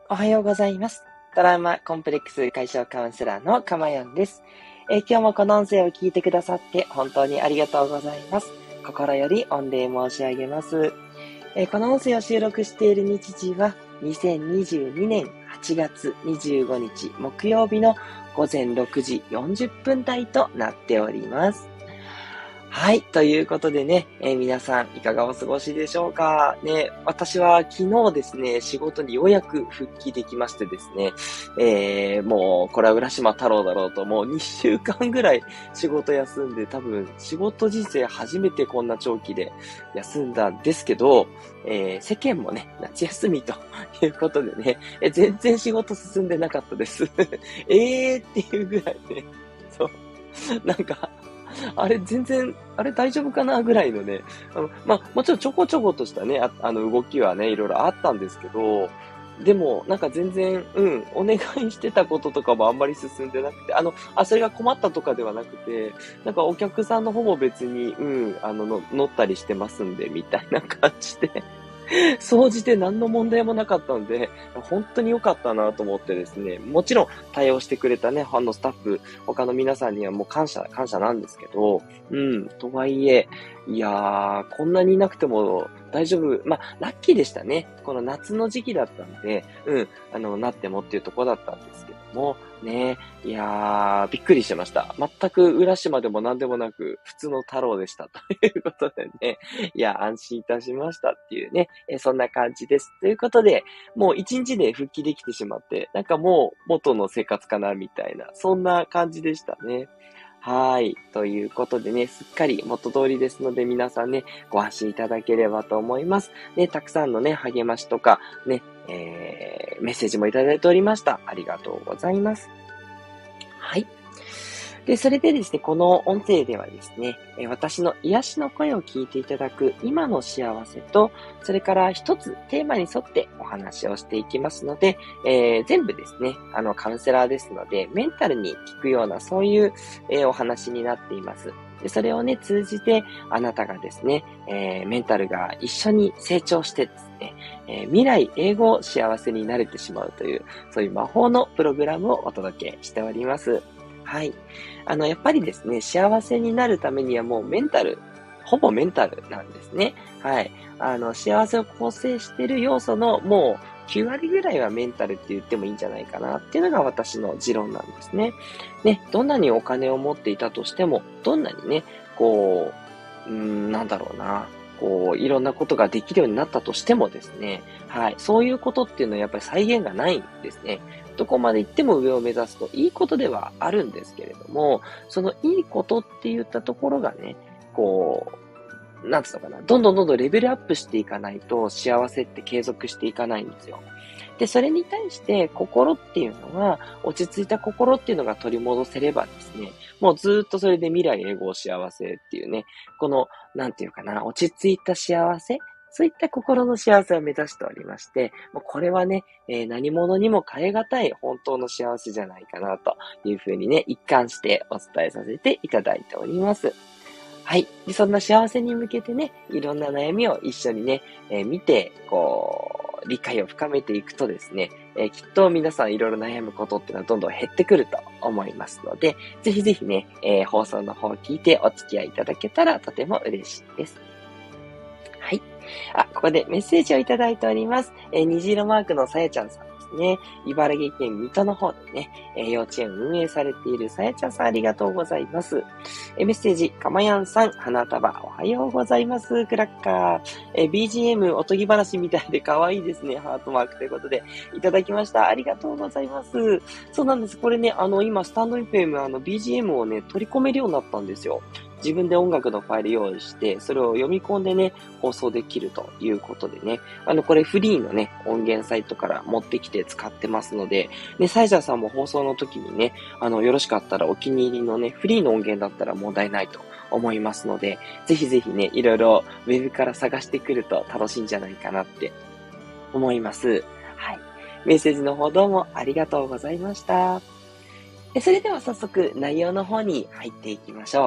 おはようございます。トラウマコンプレックス解消カウンセラーのかまやんです。今日もこの音声を聞いてくださって本当にありがとうございます。心より御礼申し上げます。この音声を収録している日時は2022年8月25日木曜日の午前6時40分台となっております。はい。ということでね、皆さんいかがお過ごしでしょうかね。私は昨日ですね、仕事にようやく復帰できましてですね、もうこれは浦島太郎だろうと、もう2週間ぐらい仕事休んで、多分仕事人生初めてこんな長期で休んだんですけど、世間もね、夏休みということでね、全然仕事進んでなかったです。っていうぐらいね、そう、なんか、全然、大丈夫かなぐらいのね、もちろんちょこちょことしたね、動きはね、いろいろあったんですけど、でも、全然、お願いしてたこととかもあんまり進んでなくて、それが困ったとかではなくて、お客さんの方も別に、乗ったりしてますんで、みたいな感じで、総じて何の問題もなかったんで、本当に良かったなと思ってですね、もちろん対応してくれたね、スタッフ、他の皆さんにはもう感謝なんですけど、とはいえ、いやー、こんなにいなくても大丈夫。ラッキーでしたね。この夏の時期だったんで、なってもっていうところだったんですけども、ね、いやー、びっくりしてました。全く浦島でも何でもなく、普通の太郎でした。ということでね、いや、安心いたしましたっていうね、そんな感じです。ということで、もう一日で復帰できてしまって、もう元の生活かなみたいな、そんな感じでしたね。はい。ということでね、すっかり元通りですので、皆さんね、ご安心いただければと思います。ね、たくさんのね、励ましとか、ね、メッセージもいただいておりました。ありがとうございます。はい。で、それでですね、この音声ではですね、私の癒しの声を聞いていただく今の幸せと、それから一つテーマに沿ってお話をしていきますので、全部ですね、カウンセラーですので、メンタルに効くような、そういう、お話になっています。で、それをね、通じて、あなたがですね、メンタルが一緒に成長してですね、未来永劫幸せになれてしまうという、そういう魔法のプログラムをお届けしております。はい。やっぱりですね、幸せになるためにはもうほぼメンタルなんですね。はい。幸せを構成している要素のもう9割ぐらいはメンタルって言ってもいいんじゃないかなっていうのが私の持論なんですね。ね、どんなにお金を持っていたとしても、どんなにね、いろんなことができるようになったとしてもですね、はい。そういうことっていうのはやっぱり再現がないんですね。どこまで行っても上を目指すといいことではあるんですけれども、そのいいことって言ったところがね、なんつうのかな、どんどんレベルアップしていかないと幸せって継続していかないんですよ。で、それに対して心っていうのは、落ち着いた心っていうのが取り戻せればですね、もうずーっとそれで未来永劫幸せっていうね、この、なんていうかな、落ち着いた幸せ、そういった心の幸せを目指しておりまして、もうこれはね、何者にも変え難い本当の幸せじゃないかなというふうにね、一貫してお伝えさせていただいております。はい。で、そんな幸せに向けてね、いろんな悩みを一緒にね、見て、理解を深めていくとですね、きっと皆さんいろいろ悩むことっていうのはどんどん減ってくると思いますので、ぜひぜひね、放送の方を聞いてお付き合いいただけたらとても嬉しいです。はい。ここでメッセージをいただいております。虹色マークのさやちゃんさんですね。茨城県水戸の方でね、幼稚園運営されているさやちゃんさんありがとうございます。メッセージ、かまやんさん、花束おはようございます。クラッカー。BGM おとぎ話みたいで可愛いですね。ハートマークということでいただきました。ありがとうございます。そうなんです。これね、今、スタンド FM、BGM をね、取り込めるようになったんですよ。自分で音楽のファイル用意して、それを読み込んでね、放送できるということでね。これフリーのね、音源サイトから持ってきて使ってますので、ね、サイザーさんも放送の時にね、よろしかったらお気に入りのね、フリーの音源だったら問題ないと思いますので、ぜひぜひね、いろいろウェブから探してくると楽しいんじゃないかなって思います。はい。メッセージの方どうもありがとうございました。それでは早速内容の方に入っていきましょう。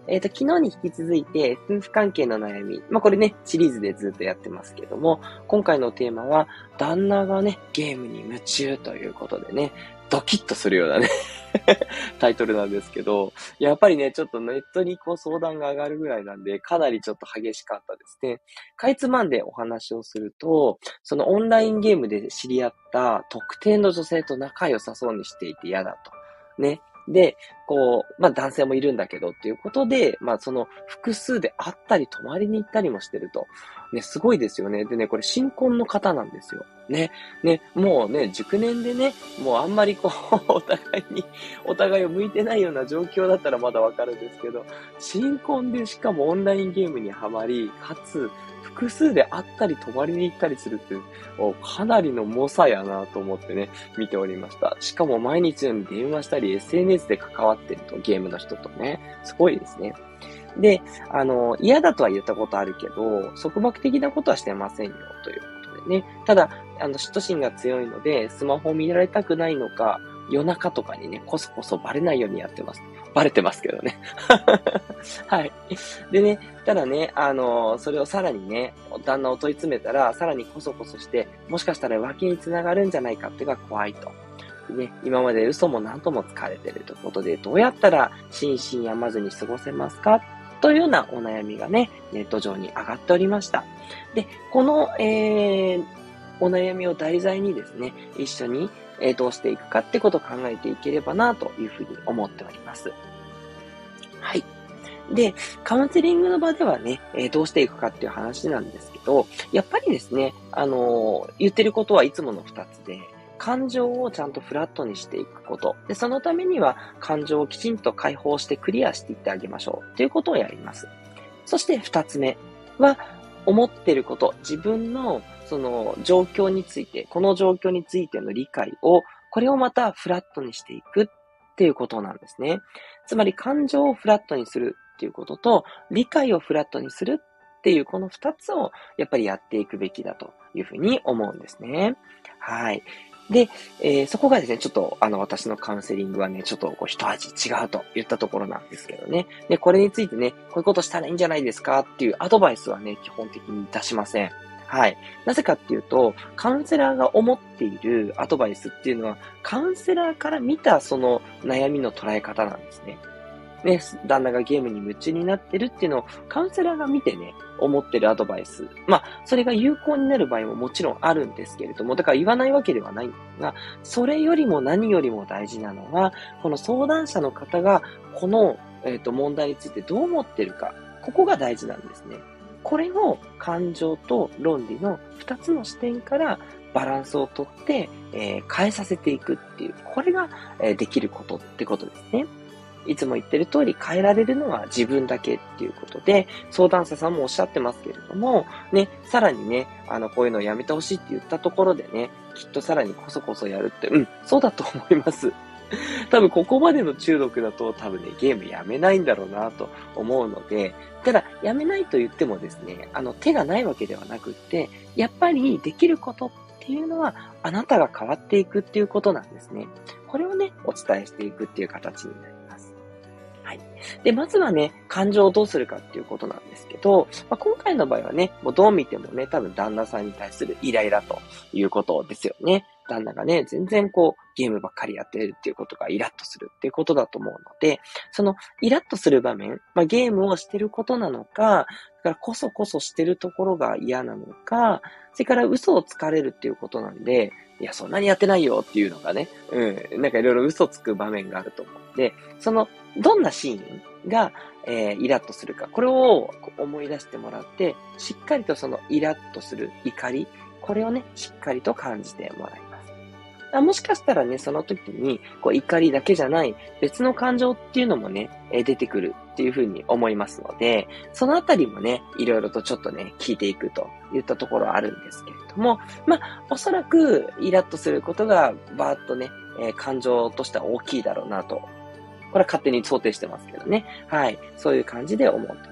昨日に引き続いて、夫婦関係の悩み。これね、シリーズでずっとやってますけども、今回のテーマは、旦那がね、ゲームに夢中ということでね、ドキッとするようなねタイトルなんですけど、やっぱりね、ちょっとネットに相談が上がるぐらいなんで、かなりちょっと激しかったですね。かいつまんでお話をすると、そのオンラインゲームで知り合った特定の女性と仲良さそうにしていて嫌だと。ね。で、男性もいるんだけどっていうことで、その複数で会ったり泊まりに行ったりもしてると。ね、すごいですよね。でね、これ新婚の方なんですよ。ね、もうね、熟年でね、もうあんまりお互いを向いてないような状況だったらまだわかるんですけど、新婚でしかもオンラインゲームにはまり、かつ、複数で会ったり泊まりに行ったりするっていう、かなりの猛者やなと思ってね、見ておりました。しかも毎日のように電話したり SNS で関わってると、ゲームの人とね、すごいですね。で、嫌だとは言ったことあるけど、束縛的なことはしてませんよ、ということでね。ただ、嫉妬心が強いので、スマホを見られたくないのか、夜中とかにね、こそこそバレないようにやってます。バレてますけどね。はい。でね、ただね、それをさらにね、旦那を問い詰めたら、さらにこそこそして、もしかしたら浮気につながるんじゃないかっていうのが怖いと。ね、今まで嘘も何ともつかれてるということで、どうやったら心身病まずに過ごせますかというようなお悩みがね、ネット上に上がっておりました。で、この、お悩みを題材にですね、一緒に、どうしていくかってことを考えていければなというふうに思っております。はい。で、カウンセリングの場ではね、どうしていくかっていう話なんですけど、やっぱりですね、言ってることはいつもの2つで、感情をちゃんとフラットにしていくこと。で、そのためには感情をきちんと解放してクリアしていってあげましょうということをやります。そして2つ目は、思ってること、自分のその状況について、この状況についての理解を、これをまたフラットにしていくっていうことなんですね。つまり感情をフラットにするっていうことと、理解をフラットにするっていうこの2つをやっぱりやっていくべきだというふうに思うんですね。はい。で、そこがですね、ちょっと私のカウンセリングはね、ちょっと一味違うと言ったところなんですけどね。で、これについてね、こういうことしたらいいんじゃないですかっていうアドバイスはね、基本的に出しません。はい。なぜかっていうと、カウンセラーが思っているアドバイスっていうのは、カウンセラーから見たその悩みの捉え方なんですね。ね、旦那がゲームに夢中になってるっていうのをカウンセラーが見てね、思ってるアドバイス。それが有効になる場合ももちろんあるんですけれども、だから言わないわけではないんですが、それよりも何よりも大事なのは、この相談者の方が、この、問題についてどう思ってるか、ここが大事なんですね。これを感情と論理の2つの視点からバランスをとって、変えさせていくっていう、これが、できることってことですね。いつも言ってる通り変えられるのは自分だけっていうことで、相談者さんもおっしゃってますけれども、ね、さらにね、こういうのをやめてほしいって言ったところでね、きっとさらにこそこそやるって、そうだと思います。多分ここまでの中毒だと多分ね、ゲームやめないんだろうなと思うので、ただ、やめないと言ってもですね、手がないわけではなくって、やっぱりできることっていうのは、あなたが変わっていくっていうことなんですね。これをね、お伝えしていくっていう形になります。はい。で、まずはね、感情をどうするかっていうことなんですけど、今回の場合はね、もうどう見てもね、多分旦那さんに対するイライラということですよね。旦那がね、全然ゲームばっかりやってるっていうことがイラッとするっていうことだと思うので、そのイラッとする場面、ゲームをしてることなのか、だからこそこそしてるところが嫌なのか、それから嘘をつかれるっていうことなんで、いや、そんなにやってないよっていうのがね、なんかいろいろ嘘つく場面があると思うんで、どんなシーンが、イラッとするか、これを思い出してもらって、しっかりとそのイラッとする怒り、これをね、しっかりと感じてもらいます。もしかしたらね、その時に、怒りだけじゃない別の感情っていうのもね、出てくるっていうふうに思いますので、そのあたりもね、いろいろとちょっとね、聞いていくといったところはあるんですけれども、おそらくイラッとすることがバーッとね、感情としては大きいだろうなと。これは勝手に想定してますけどね。はい。そういう感じで思ってます。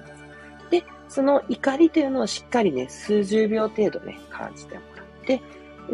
で、その怒りというのをしっかりね、数十秒程度ね、感じてもらって、で、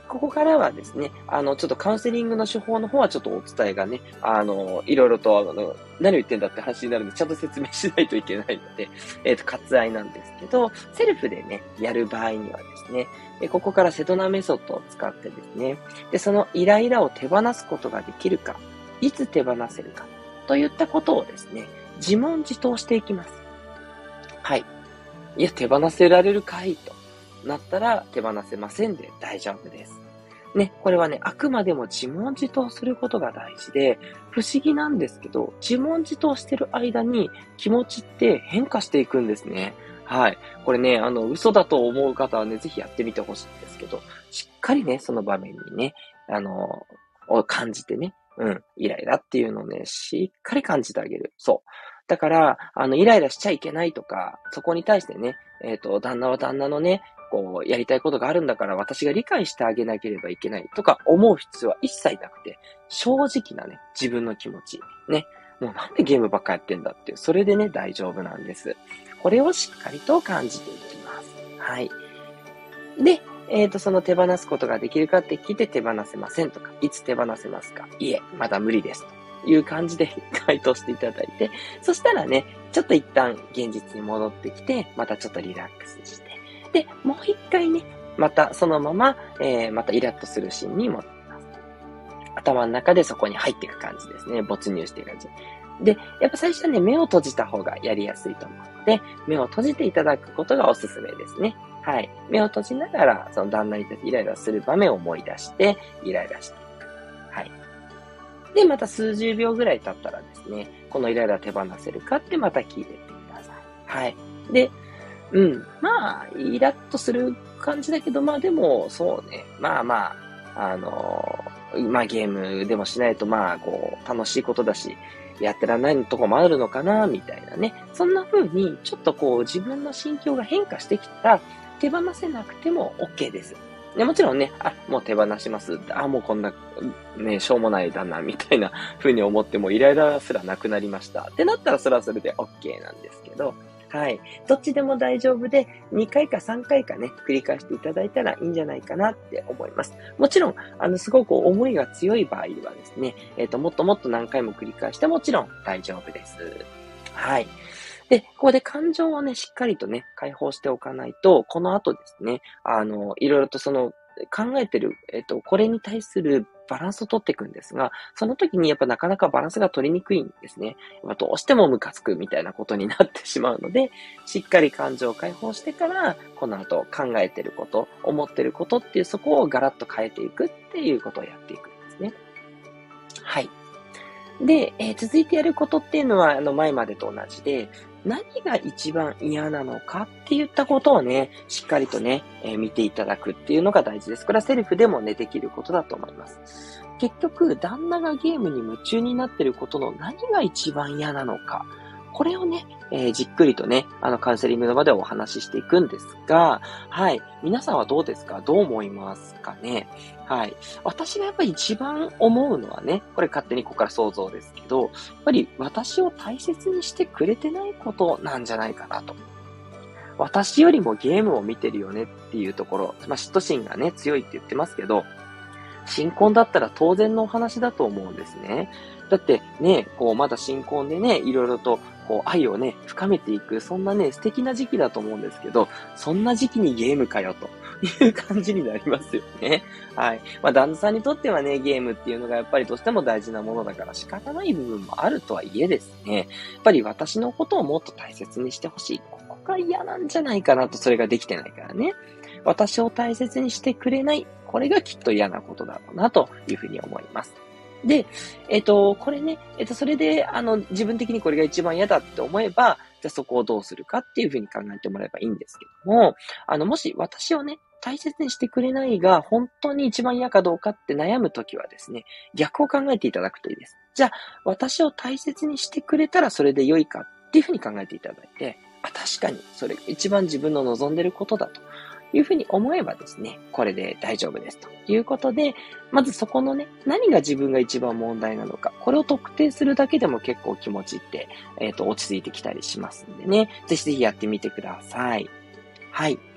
ここからはですね、ちょっとカウンセリングの手法の方はちょっとお伝えがね、いろいろと、何を言ってんだって話になるんで、ちゃんと説明しないといけないので、割愛なんですけど、セルフでね、やる場合にはですね、ここからセドナメソッドを使ってですね、で、そのイライラを手放すことができるか、いつ手放せるか、といったことをですね、自問自答していきます。はい。いや、手放せられるかいとなったら手放せませんで大丈夫です。ね、これはね、あくまでも自問自答することが大事で、不思議なんですけど、自問自答してる間に気持ちって変化していくんですね。はい。これね、嘘だと思う方はね、ぜひやってみてほしいんですけど、しっかりね、その場面にね、を感じてね、イライラっていうのをね、しっかり感じてあげる。そう。だから、イライラしちゃいけないとか、そこに対してね、旦那は旦那のね、こう、やりたいことがあるんだから私が理解してあげなければいけないとか思う必要は一切なくて、正直なね、自分の気持ち。ね。もうなんでゲームばっかやってんだっていう、それでね、大丈夫なんです。これをしっかりと感じていきます。はい。で、その手放すことができるかって聞いて手放せませんとか、いつ手放せますか？いえ、まだ無理です。という感じで回答していただいて、そしたらね、ちょっと一旦現実に戻ってきて、またちょっとリラックスして、で、もう一回ね、またそのまま、またイラッとするシーンに戻ります。頭の中でそこに入っていく感じですね。没入していく感じ。で、やっぱ最初はね、目を閉じた方がやりやすいと思うので、目を閉じていただくことがおすすめですね。はい。目を閉じながら、その旦那に対してイライラする場面を思い出して、イライラしていく。はい。で、また数十秒ぐらい経ったらですね、このイライラ手放せるかってまた聞いてってください。はい。で、まあ、イラッとする感じだけど、まあでも、そうね。まあまあ、まあゲームでもしないと、まあ、こう、楽しいことだし、やってらんないとこもあるのかな、みたいなね。そんな風に、ちょっとこう、自分の心境が変化してきたら、手放せなくても OK です。でもちろんね、もう手放します。もうこんな、ね、しょうもないだな、みたいな風に思っても、イライラすらなくなりました。ってなったら、それはそれで OK なんですけど、はい。どっちでも大丈夫で、2回か3回かね、繰り返していただいたらいいんじゃないかなって思います。もちろん、すごく思いが強い場合はですね、もっともっと何回も繰り返してもちろん大丈夫です。はい。で、ここで感情をね、しっかりとね、解放しておかないと、この後ですね、いろいろとその、考えてる、これに対するバランスを取っていくんですが、その時にやっぱなかなかバランスが取りにくいんですね。どうしてもムカつくみたいなことになってしまうので、しっかり感情を解放してから、この後考えてること、思ってることっていうそこをガラッと変えていくっていうことをやっていくんですね。はい。で、続いてやることっていうのは、前までと同じで、何が一番嫌なのかって言ったことをね、しっかりとね、見ていただくっていうのが大事です。これはセルフでもね、できることだと思います。結局、旦那がゲームに夢中になってることの何が一番嫌なのか。これをね、じっくりとね、カウンセリングの場でお話ししていくんですが、はい。皆さんはどうですか？どう思いますかね？はい。私がやっぱり一番思うのはね、これ勝手にここから想像ですけど、やっぱり私を大切にしてくれてないことなんじゃないかなと。私よりもゲームを見てるよねっていうところ、嫉妬心がね、強いって言ってますけど、新婚だったら当然のお話だと思うんですね。だってね、こうまだ新婚でね、いろいろとこう愛をね、深めていく、そんなね、素敵な時期だと思うんですけど、そんな時期にゲームかよという感じになりますよね。はい。旦那さんにとってはね、ゲームっていうのがやっぱりどうしても大事なものだから仕方ない部分もあるとはいえですね、やっぱり私のことをもっと大切にしてほしい。ここが嫌なんじゃないかなと、それができてないからね。私を大切にしてくれない。これがきっと嫌なことだろうな、というふうに思います。で、これね、それで、自分的にこれが一番嫌だって思えば、じゃあそこをどうするかっていうふうに考えてもらえばいいんですけども、もし私をね、大切にしてくれないが、本当に一番嫌かどうかって悩むときはですね、逆を考えていただくといいです。じゃあ、私を大切にしてくれたらそれで良いかっていうふうに考えていただいて、確かにそれが一番自分の望んでることだと。いうふうに思えばですね、これで大丈夫ですということで、まずそこのね、何が自分が一番問題なのか、これを特定するだけでも結構気持ちって、落ち着いてきたりしますんでね、ぜひぜひやってみてください。はい。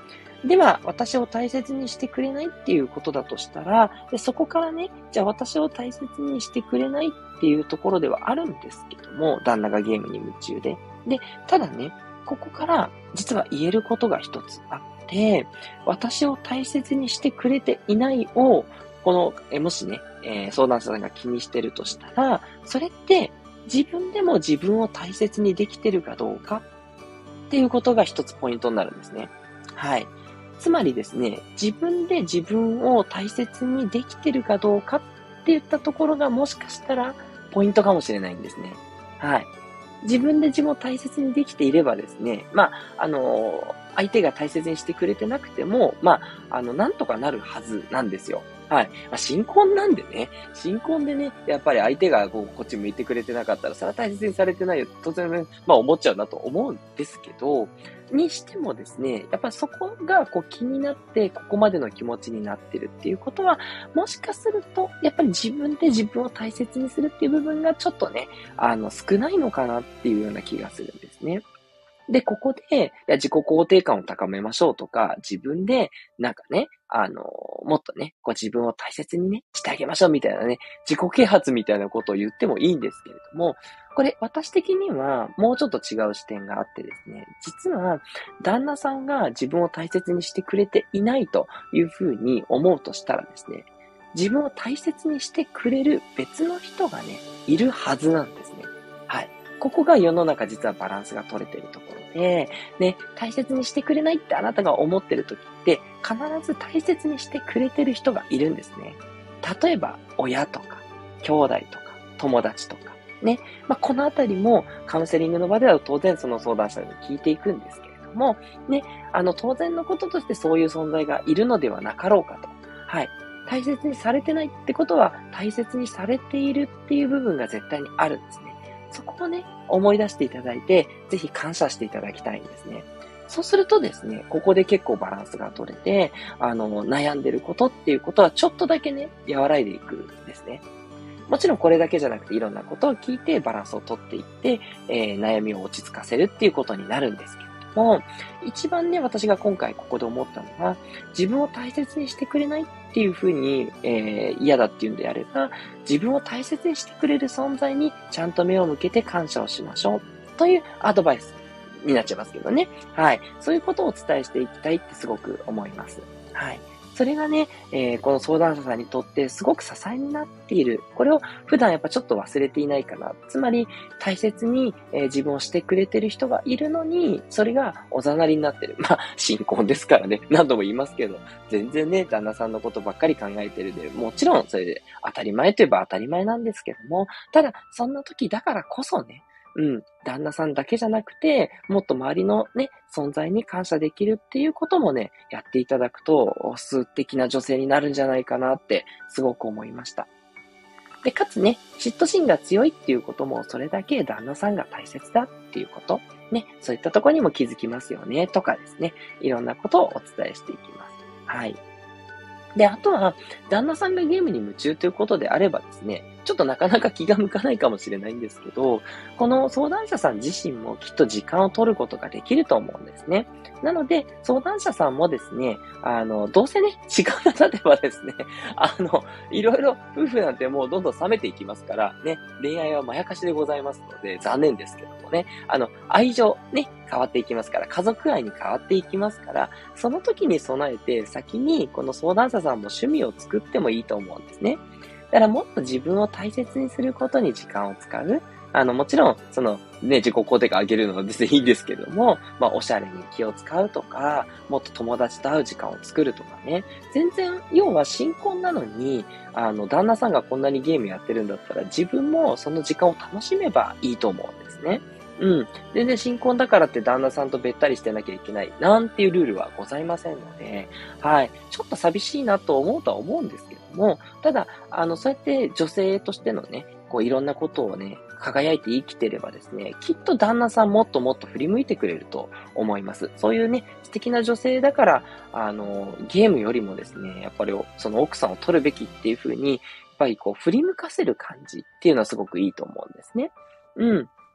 では、私を大切にしてくれないっていうことだとしたら、でそこからね、じゃあ私を大切にしてくれないっていうところではあるんですけども、旦那がゲームに夢中で。で、ただね、ここから実は言えることが一つあって、私を大切にしてくれていないを、この、もしね、相談者さんが気にしてるとしたら、それって自分でも自分を大切にできてるかどうかっていうことが一つポイントになるんですね。はい。つまりですね、自分で自分を大切にできてるかどうかっていったところがもしかしたらポイントかもしれないんですね。はい。自分で自分を大切にできていればですね、相手が大切にしてくれてなくても、なんとかなるはずなんですよ。はい。新婚なんでね、新婚でね、やっぱり相手がこっち向いてくれてなかったら、それは大切にされてないよ、当然ね、思っちゃうなと思うんですけど、にしてもですね、やっぱそこが気になって、ここまでの気持ちになってるっていうことは、もしかすると、やっぱり自分で自分を大切にするっていう部分がちょっとね、少ないのかなっていうような気がするんですね。で、ここで、いや、自己肯定感を高めましょうとか、自分で、なんかね、もっとね、自分を大切にね、してあげましょうみたいなね、自己啓発みたいなことを言ってもいいんですけれども、これ、私的には、もうちょっと違う視点があってですね、実は、旦那さんが自分を大切にしてくれていないというふうに思うとしたらですね、自分を大切にしてくれる別の人がね、いるはずなんですね。はい。ここが世の中実はバランスが取れているところで、ね、大切にしてくれないってあなたが思ってる時って、必ず大切にしてくれてる人がいるんですね。例えば、親とか、兄弟とか、友達とか、ね。このあたりもカウンセリングの場では当然その相談者に聞いていくんですけれども、ね、当然のこととしてそういう存在がいるのではなかろうかと。はい。大切にされてないってことは、大切にされているっていう部分が絶対にあるんですね。そこをね、思い出していただいて、ぜひ感謝していただきたいんですね。そうするとですね、ここで結構バランスが取れて、悩んでることっていうことはちょっとだけね、和らいでいくんですね。もちろんこれだけじゃなくていろんなことを聞いてバランスを取っていって、悩みを落ち着かせるっていうことになるんですけれども、一番ね、私が今回ここで思ったのは、自分を大切にしてくれないっていうふうに、嫌だっていうんであれば、自分を大切にしてくれる存在にちゃんと目を向けて感謝をしましょうというアドバイスになっちゃいますけどね。はい。そういうことをお伝えしていきたいってすごく思います。はい。それがね、この相談者さんにとってすごく支えになっている。これを普段やっぱちょっと忘れていないかな。つまり、大切に、自分をしてくれてる人がいるのに、それがおざなりになってる。新婚ですからね。何度も言いますけど、全然ね、旦那さんのことばっかり考えてるで、もちろんそれで当たり前といえば当たり前なんですけども、ただ、そんな時だからこそね、旦那さんだけじゃなくて、もっと周りのね、存在に感謝できるっていうこともね、やっていただくと、素敵な女性になるんじゃないかなって、すごく思いました。で、かつね、嫉妬心が強いっていうことも、それだけ旦那さんが大切だっていうこと、ね、そういったところにも気づきますよね、とかですね、いろんなことをお伝えしていきます。はい。で、あとは、旦那さんがゲームに夢中ということであればですね、ちょっとなかなか気が向かないかもしれないんですけど、この相談者さん自身もきっと時間を取ることができると思うんですね。なので、相談者さんもですね、どうせね、時間が経てばですね、いろいろ夫婦なんてもうどんどん冷めていきますから、ね、恋愛はまやかしでございますので、残念ですけどもね、愛情ね、変わっていきますから、家族愛に変わっていきますから、その時に備えて先にこの相談者さんも趣味を作ってもいいと思うんですね。だからもっと自分を大切にすることに時間を使う。もちろん、自己肯定感上げるのは別にいいんですけども、おしゃれに気を使うとか、もっと友達と会う時間を作るとかね。全然、要は新婚なのに、旦那さんがこんなにゲームやってるんだったら、自分もその時間を楽しめばいいと思うんですね。全然新婚だからって旦那さんとべったりしてなきゃいけない、なんていうルールはございませんので、はい。ちょっと寂しいなと思うとは思うんですけども、ただ、そうやって女性としてのね、いろんなことをね、輝いて生きてればですね、きっと旦那さんもっともっと振り向いてくれると思います。そういうね、素敵な女性だから、ゲームよりもですね、やっぱりその奥さんを取るべきっていう風に、やっぱり振り向かせる感じっていうのはすごくいいと思うんですね。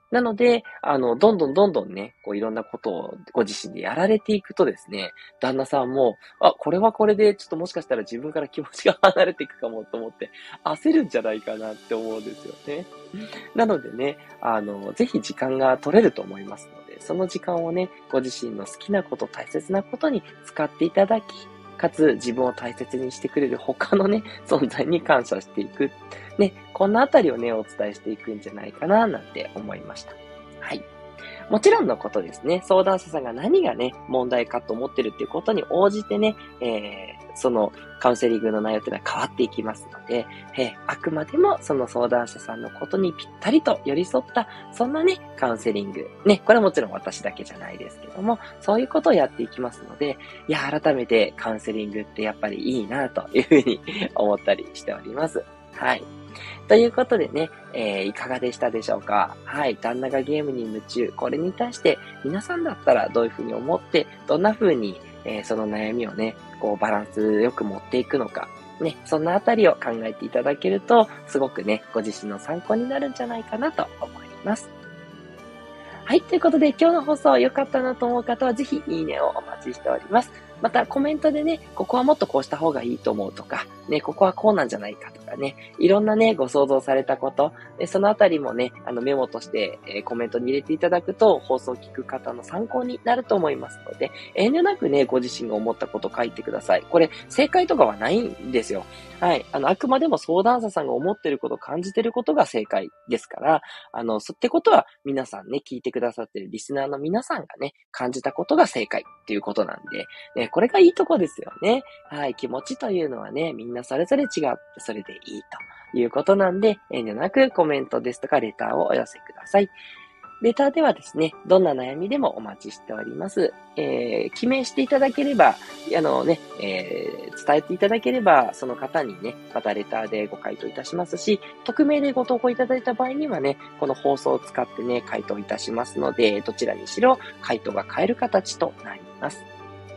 なので、どんどんね、こういろんなことをご自身でやられていくとですね、旦那さんも、これはこれでちょっともしかしたら自分から気持ちが離れていくかもと思って焦るんじゃないかなって思うんですよね。なのでね、ぜひ時間が取れると思いますので、その時間をね、ご自身の好きなこと、大切なことに使っていただき、かつ自分を大切にしてくれる他のね、存在に感謝していく。ね、こんなあたりをね、お伝えしていくんじゃないかな、なんて思いました。はい。もちろんのことですね、相談者さんが何がね、問題かと思ってるっていうことに応じてね、そのカウンセリングの内容っていうのは変わっていきますので、あくまでもその相談者さんのことにぴったりと寄り添った、そんなね、カウンセリング。ね、これはもちろん私だけじゃないですけども、そういうことをやっていきますので、いや、改めてカウンセリングってやっぱりいいなというふうに思ったりしております。はい。ということでね、いかがでしたでしょうか？はい。旦那がゲームに夢中。これに対して皆さんだったらどういうふうに思って、どんなふうに、その悩みをね、こうバランスよく持っていくのか。ね、そんなあたりを考えていただけると、すごくね、ご自身の参考になるんじゃないかなと思います。はい。ということで、今日の放送良かったなと思う方は、ぜひいいねをお待ちしております。また、コメントでね、ここはもっとこうした方がいいと思うとか、ね、ここはこうなんじゃないかとかね、いろんなね、ご想像されたこと、そのあたりもね、メモとして、コメントに入れていただくと、放送を聞く方の参考になると思いますので、遠慮なくね、ご自身が思ったことを書いてください。これ、正解とかはないんですよ。はい。あくまでも相談者さんが思ってること、感じてることが正解ですから、ってことは、皆さんね、聞いてくださってるリスナーの皆さんがね、感じたことが正解っていうことなんで、これがいいとこですよね。はい。気持ちというのはね、みんなそれぞれ違って、それでいいということなんで、遠慮なくコメントですとかレターをお寄せください。レターではですね、どんな悩みでもお待ちしております。記名していただければ、伝えていただければ、その方にね、またレターでご回答いたしますし、匿名でご投稿いただいた場合にはね、この放送を使ってね、回答いたしますので、どちらにしろ回答が変える形となります。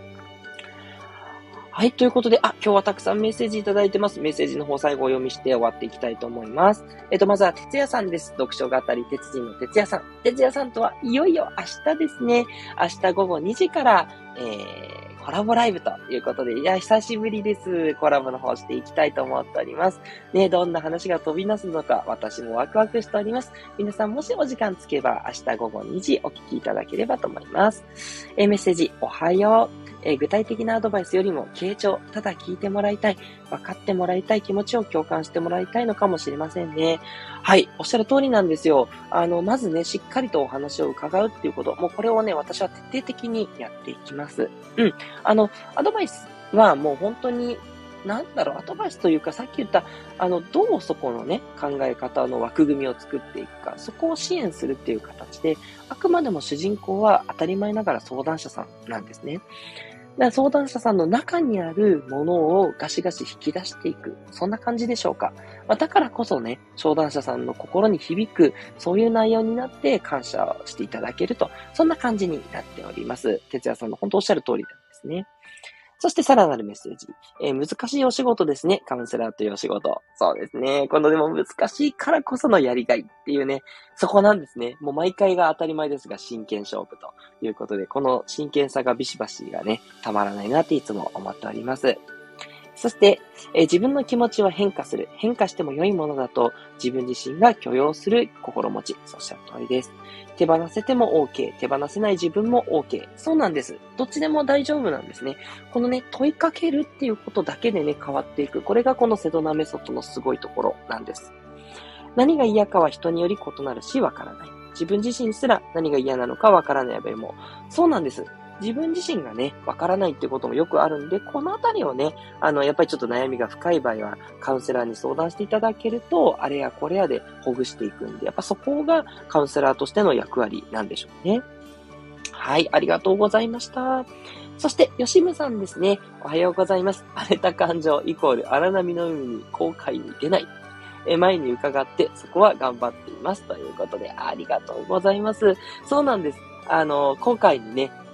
はい、ということで、今日はたくさんメッセージいただいてます。メッセージの方最後お読みして終わっていきたいと思います。まずは、哲也さんです。読書語り鉄人の哲也さん。哲也さんとはいよいよ明日ですね。明日午後2時から、コラボライブということで、いや、久しぶりです。コラボの方していきたいと思っております。ね、どんな話が飛び出すのか、私もワクワクしております。皆さんもしお時間つけば、明日午後2時お聞きいただければと思います。メッセージ、おはよう。具体的なアドバイスよりも傾聴、ただ聞いてもらいたい、分かってもらいたい気持ちを共感してもらいたいのかもしれませんね。はい、おっしゃる通りなんですよ。まずね、しっかりとお話を伺うっていうこと、もうこれをね、私は徹底的にやっていきます。アドバイスはもう本当に、アドバイスというか、さっき言った、どうそこのね、考え方の枠組みを作っていくか、そこを支援するっていう形で、あくまでも主人公は当たり前ながら相談者さんなんですね。相談者さんの中にあるものをガシガシ引き出していく。そんな感じでしょうか。だからこそね、相談者さんの心に響く、そういう内容になって感謝をしていただけると、そんな感じになっております。哲也さんの本当おっしゃる通りなんですね。そしてさらなるメッセージ。難しいお仕事ですね。カウンセラーというお仕事。そうですね。このでも難しいからこそのやりがいっていうね、そこなんですね。もう毎回が当たり前ですが、真剣勝負ということで、この真剣さがビシバシがね、たまらないなっていつも思っております。そして、自分の気持ちは変化する。変化しても良いものだと自分自身が許容する心持ち。そうおっしゃる通りです。手放せても OK。手放せない自分も OK。そうなんです。どっちでも大丈夫なんですね。このね、問いかけるっていうことだけでね、変わっていく。これがこのセドナメソッドのすごいところなんです。何が嫌かは人により異なるし、わからない。自分自身すら何が嫌なのかわからない場合も。そうなんです。自分自身がね、わからないってこともよくあるんで、このあたりをね、やっぱりちょっと悩みが深い場合は、カウンセラーに相談していただけると、あれやこれやでほぐしていくんで、やっぱそこがカウンセラーとしての役割なんでしょうね。はい、ありがとうございました。そして、吉ムさんですね。おはようございます。荒れた感情イコール荒波の海に後悔に出ない。前に伺って、そこは頑張っています。ということで、ありがとうございます。そうなんです。今回にね、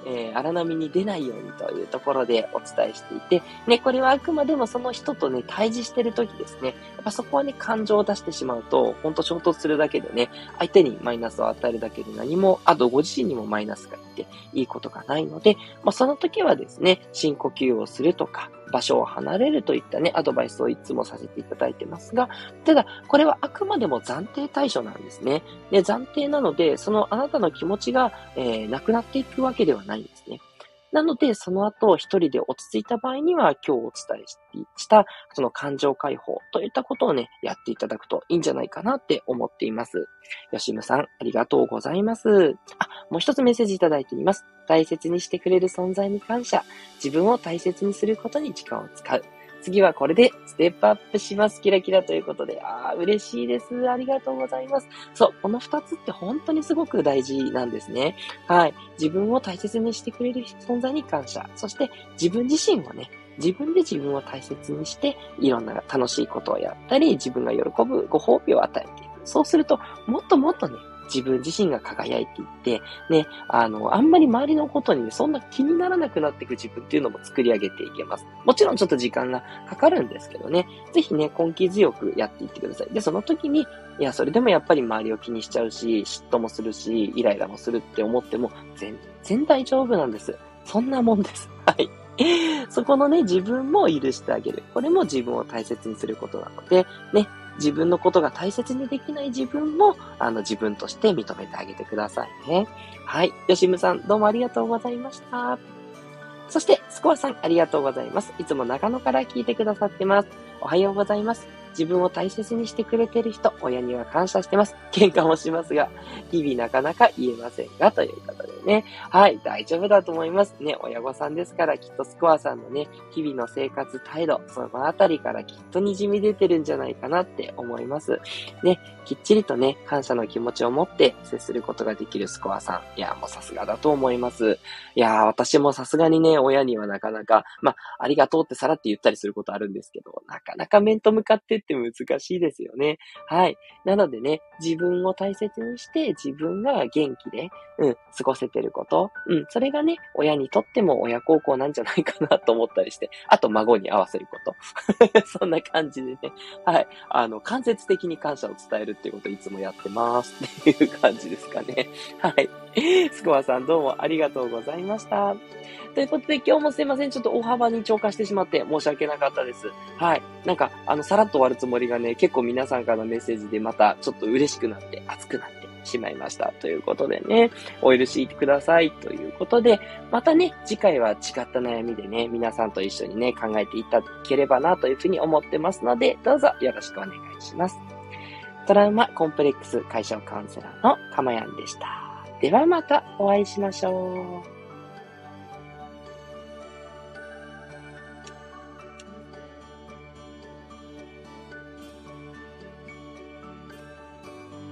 荒波に出ないようにというところでお伝えしていて、ね、これはあくまでもその人とね、対峙してる時ですね。やっぱそこはね、感情を出してしまうと、ほんと衝突するだけでね、相手にマイナスを与えるだけで何も、あとご自身にもマイナスがいっていいことがないので、その時はですね、深呼吸をするとか、場所を離れるといったね、アドバイスをいつもさせていただいてますが、ただ、これはあくまでも暫定対処なんですね。で、暫定なので、そのあなたの気持ちが、なくなっていくわけではないんですね。なので、その後、一人で落ち着いた場合には、今日お伝えした、その感情解放といったことをね、やっていただくといいんじゃないかなって思っています。よしむさん、ありがとうございます。もう一つメッセージいただいています。大切にしてくれる存在に感謝。自分を大切にすることに時間を使う。次はこれでステップアップします。キラキラということで。嬉しいです。ありがとうございます。そう、この二つって本当にすごく大事なんですね。はい。自分を大切にしてくれる存在に感謝。そして自分自身をね、自分で自分を大切にして、いろんな楽しいことをやったり、自分が喜ぶご褒美を与えていく。そうすると、もっともっとね、自分自身が輝いていって、ね、あんまり周りのことにね、そんな気にならなくなっていく自分っていうのも作り上げていけます。もちろんちょっと時間がかかるんですけどね、ぜひね、根気強くやっていってください。で、その時に、いや、それでもやっぱり周りを気にしちゃうし、嫉妬もするし、イライラもするって思っても、全然大丈夫なんです。そんなもんです。はい。そこのね、自分も許してあげる。これも自分を大切にすることなので、ね、自分のことが大切にできない自分も、自分として認めてあげてくださいね。はい。よしむさん、どうもありがとうございました。そして、スコアさん、ありがとうございます。いつも長野から聞いてくださってます。おはようございます。自分を大切にしてくれてる人、親には感謝してます。喧嘩もしますが、日々なかなか言えませんが、ということでね。はい、大丈夫だと思います。ね、親御さんですから、きっとスコアさんのね、日々の生活態度、そのあたりからきっと滲み出てるんじゃないかなって思います。ね、きっちりとね、感謝の気持ちを持って接することができるスコアさん。いや、もうさすがだと思います。いや、私もさすがにね、親にはなかなか、ありがとうってさらって言ったりすることあるんですけど、なかなか面と向かってって難しいですよね。はい。なのでね、自分を大切にして自分が元気で、過ごせてること。それがね、親にとっても親孝行なんじゃないかなと思ったりして、あと孫に合わせること。そんな感じでね、はい。間接的に感謝を伝えるっていうことをいつもやってますっていう感じですかね。はい。スコアさんどうもありがとうございました。ということで今日もすいません。ちょっと大幅に超過してしまって申し訳なかったです。はい。なんか、さらっと終わるつもりがね、結構皆さんからのメッセージでまたちょっと嬉しくなって、熱くなってしまいました。ということでね、お許しください。ということで、またね、次回は違った悩みでね、皆さんと一緒にね、考えていただければなというふうに思ってますので、どうぞよろしくお願いします。トラウマコンプレックス解消カウンセラーのかまやんでした。ではまたお会いしましょう。